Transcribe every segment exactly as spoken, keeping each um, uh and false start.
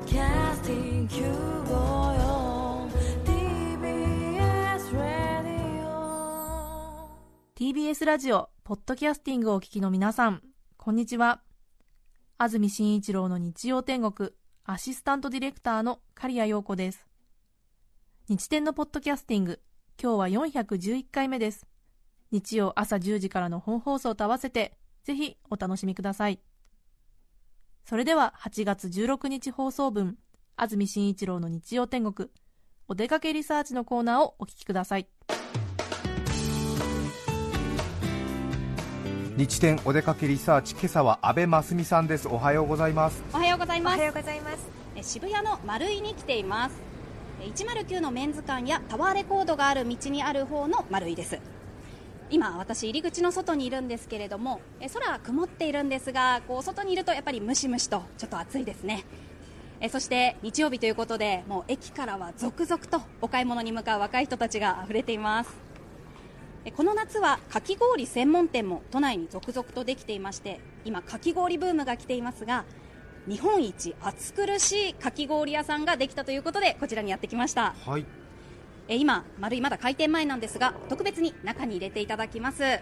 Podcastingきゅうごよん ティービーエス Radio ティービーエス ラジオポッドキャスティングをお聞きの皆さん、こんにちは。安住紳一郎の日曜天国アシスタントディレクターの刈谷陽子です。日天のポッドキャスティング、今日はよんひゃくじゅういっかいめです。日曜朝じゅうじからの本放送と合わせてぜひお楽しみください。それでははちがつじゅうろくにち放送分、安住紳一郎の日曜天国お出かけリサーチのコーナーをお聞きください。 日天お出かけリサーチ、今朝は安倍真澄さんです。おはようございます。 おはようございます。 おはようございます。 え渋谷のマルイに来ています。いちまるきゅうのメンズ館やタワーレコードがある道にある方のマルイです。今私入り口の外にいるんですけれども、え空は曇っているんですが、こう外にいるとやっぱりムシムシとちょっと暑いですね。えそして日曜日ということで、もう駅からは続々とお買い物に向かう若い人たちが溢れています。えこの夏はかき氷専門店も都内に続々とできていまして、今かき氷ブームが来ていますが、日本一暑苦しいかき氷屋さんができたということでこちらにやってきました。 はい、 え今丸いまだ開店前なんですが、特別に中に入れていただきます。はい、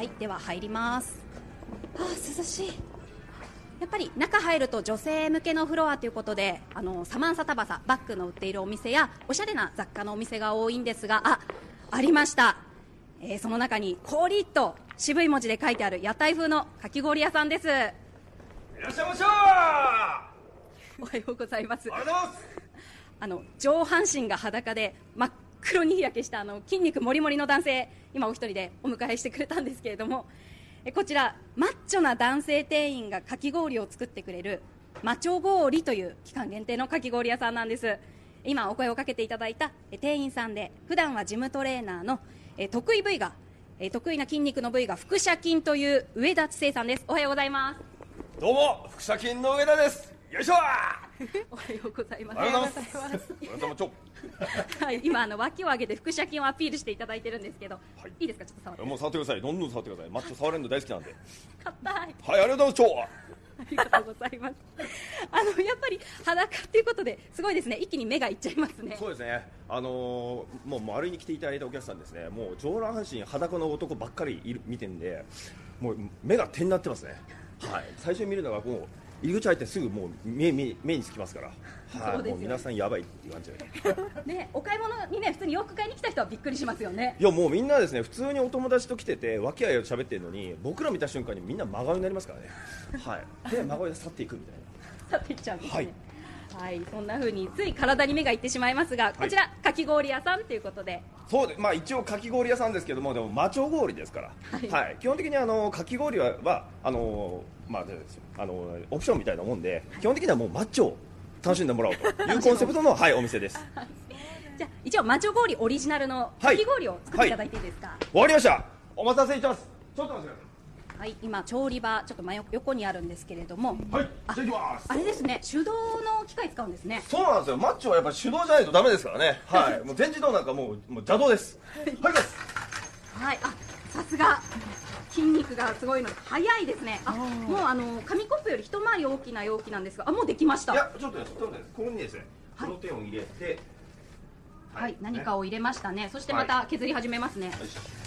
では入ります。あー涼しい。やっぱり中入ると女性向けのフロアということで、あのサマンサタバサバッグの売っているお店やおしゃれな雑貨のお店が多いんですが、あ、ありました。えー、その中に氷と渋い文字で書いてある屋台風のかき氷屋さんです。 いらっしゃいましょう。 おはようございます。 ありがとうございます。 あの上半身が裸で真っ黒に日焼けしたあの筋肉もりもりの男性、今お一人でお迎えしてくれたんですけれども、えこちらマッチョな男性店員がかき氷を作ってくれるマチョ氷という期間限定のかき氷屋さんなんです。今お声をかけていただいたえ店員さんで、普段はジムトレーナーのえ得意部位がえ得意な筋肉の部位が腹斜筋という上田知世さんです。おはようございます。 どうも腹斜筋の上田です。よいしょ。 おはようございます。 おはようございます。おはようございます。 はい、今あの脇を上げて腹斜筋をアピールしていただいてるんですけど、はい、いいですか、ちょっと触って。 もう触ってください。どんどん触ってください。マッチョ触れるの大好きなんで。 硬い。 はい、ありがとうございます。 ありがとうございます。あのやっぱり裸っていうことですごいですね。一気に目がいっちゃいますね。 そうですね。あのー、もう丸いに来ていただいたお客さんですね。もう上半身裸の男ばっかりいる見てるんで、もう目が点になってますね。はい。最初に見るのがもう入り口入ってすぐもう目目目につきますから。はい。もう皆さんやばいっていう感じで。 ね、お買い物にね普通に洋服買いに来た人はびっくりしますよね。 いやもうみんなですね、普通にお友達と来てて和気あいあいと喋ってるのに、僕ら見た瞬間にみんな真顔になりますからね。はい。で真顔で去っていくみたいな。去っていっちゃうんですね。 はいはい、そんな風につい体に目がいってしまいますが、こちら、はい、かき氷屋さんということで。 そうで、まあ一応かき氷屋さんですけども、でもマチョ氷ですから。はい。はい、基本的にあのかき氷ははあのまああのオプションみたいなもんで、基本的にはもうマッチョを楽しんでもらおうというコンセプトのはいお店です。 じゃあ一応マチョ氷オリジナルのかき氷を作っていただいていいですか。わ、 はいはい、かりました。お待たせいたします。ちょっと待ってください。 はい、今調理場ちょっと真横にあるんですけれども、 はい、じゃあ行きます。 あれですね、手動の機械使うんですね。 そうなんですよ。マッチョはやっぱり手動じゃないとダメですからね。はい、もう全自動なんかもうもう邪道です。はい、 はい、あ、さすが筋肉がすごいので早いですね。あ、もうあの紙コップより一回り大きな容器なんですが、あ、もうできました。 いや、ちょっとね、ちょっとね、ここにですね、プロテインを入れて、 はい、はい、何かを入れましたね。そしてまた削り始めますね。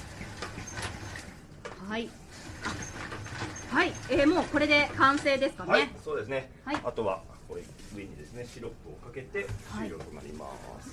はい。はい、はい、えー、もうこれで完成ですかね。 はい、そうですね。 はい、 あとはこれ上にですねシロップをかけて終了となります。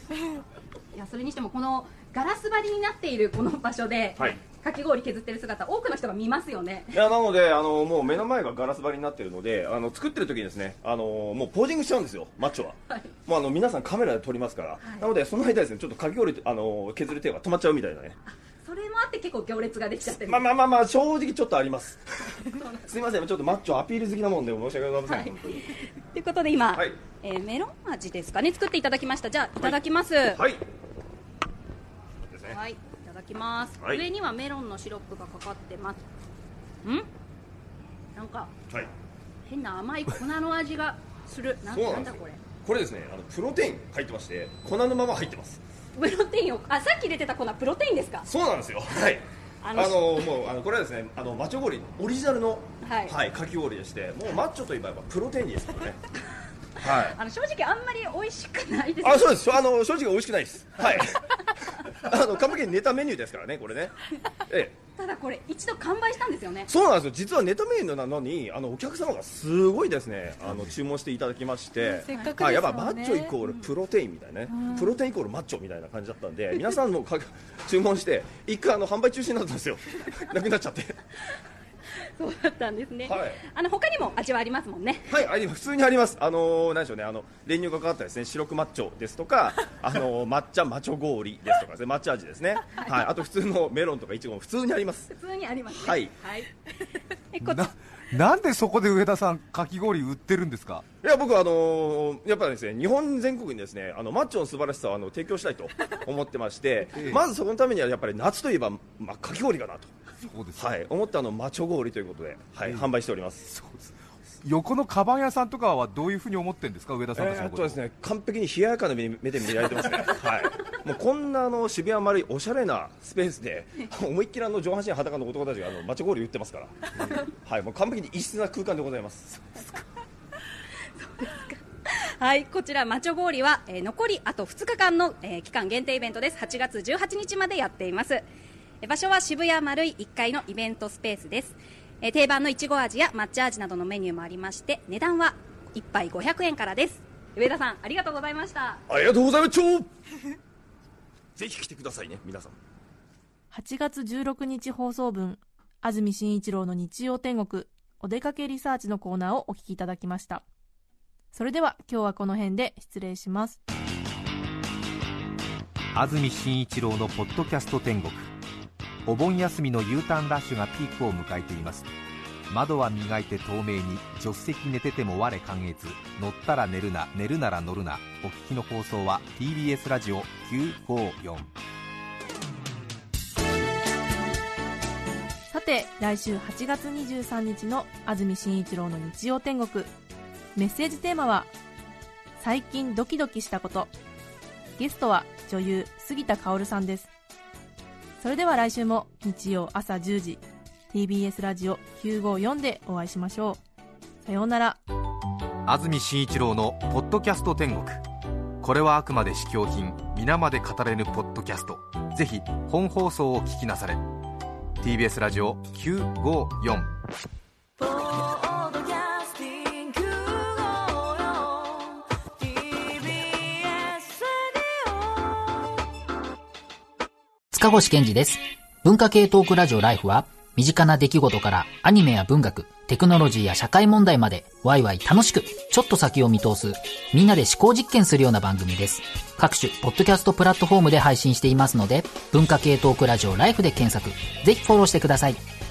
はい、いやそれにしてもこのガラス張りになっているこの場所で、はい、かき氷削ってる姿多くの人が見ますよね。 いやなのであのもう目の前がガラス張りになっているので、あの作ってる時にですね、あのもうポージングしちゃうんですよマッチョは。はい、もうあの皆さんカメラで撮りますから、はい、なのでその間ですねちょっとかき氷あの削る手が止まっちゃうみたいなね。 それもあって結構行列ができちゃってる。 まあまあまあまあ正直ちょっとあります。すみません、ちょっとマッチョアピール好きなもんで申し訳ございません。と、はい、 いうことで今、はい、えー、メロン味ですかね作っていただきました。じゃあいただきます。はい。はい、ですね。はい、いただきます。はい、上にはメロンのシロップがかかってます。ん？なんか、はい、変な甘い粉の味がする。なんなんだこれ。 これですね、あのプロテイン入ってまして粉のまま入ってます。 プロテインを、あ、さっき出てた粉プロテインですか。 そうなんですよ。はい。あの, あのもうあのこれはですね、あのマチョ氷オリジナルの、はいはい、かき氷でして、もうマッチョといえばプロテインですからね。 はい、 あの正直あんまり美味しくないです、ね、 あそうですあの正直美味しくないですはいあの完璧にネタメニューですからねこれね、ええ、 ただこれ一度完売したんですよね。 そうなんですよ実はネタメニューなのにあのお客様がすごいですねあの注文していただきまして、 せっかくですもんね、 はい、やっぱマッチョイコールプロテインみたいなね、うん、プロテインイコールマッチョみたいな感じだったんで皆さんも注文して一回あの販売中止になったんですよなくなっちゃってそうだったんですね、 はい、 あの他にも味はありますもんね。 はいあり普通にありますあのー、何でしょうねあの練乳がかかったですね白くマッチョですとかあのー、抹茶マチョ氷ですとかですね抹茶味ですね、はいはい、あと普通のメロンとかイチゴも普通にあります普通にありますねはい、 はい、 えこな, なんでそこで上田さんかき氷売ってるんですか。 いや僕はあのー、やっぱりですね日本全国にですねあのマッチョの素晴らしさをあの提供したいと思ってまして、ええ、まずそのためにはやっぱり夏といえば、まあ、かき氷かなとそうです、 はい、思ったあのマチョ氷ということで、はい、えー、販売しております。 そうです。横のカバン屋さんとかはどういうふうに思ってるんですか上田さんたちのこと。 えーっとですね、完璧に冷ややかな目で見られてますね、はい、もうこんなあの渋谷丸いおしゃれなスペースで思いっきりあの上半身裸の男たちがあのマチョ氷売ってますから、はい、もう完璧に異質な空間でございます。そうですかはい、こちらマチョ氷は、えー、残りあとふつかかんの、えー、期間限定イベントです。はちがつじゅうはちにちまでやっています。場所は渋谷丸いいっかいのイベントスペースです。えー、定番のいちご味や抹茶味などのメニューもありまして、値段はいっぱいごひゃくえんからです。上田さんありがとうございました。 ありがとうございますぜひ来てくださいね皆さん。 はちがつじゅうろくにち放送分安住紳一郎の日曜天国お出かけリサーチのコーナーをお聞きいただきました。それでは今日はこの辺で失礼します。 安住紳一郎のポッドキャスト天国、お盆休みの U ターンラッシュがピークを迎えています。窓は磨いて透明に、助手席寝てても我関越、乗ったら寝るな寝るなら乗るな。お聞きの放送は ティービーエス ラジオきゅうごよん。 さて来週はちがつにじゅうさんにちの安住紳一郎の日曜天国、メッセージテーマは最近ドキドキしたこと。ゲストは女優杉田薫さんです。それでは来週も日曜朝じゅうじ ティービーエス ラジオきゅうごよんでお会いしましょう。さようなら。 安住紳一郎のポッドキャスト天国、これはあくまで試供品、皆まで語れぬポッドキャスト。ぜひ本放送を聞きなされ。 ティービーエス ラジオきゅうごよん。 塚越健二です。文化系トークラジオライフは、身近な出来事からアニメや文学、テクノロジーや社会問題までワイワイ楽しくちょっと先を見通す、みんなで思考実験するような番組です。各種ポッドキャストプラットフォームで配信していますので、文化系トークラジオライフで検索、ぜひフォローしてください。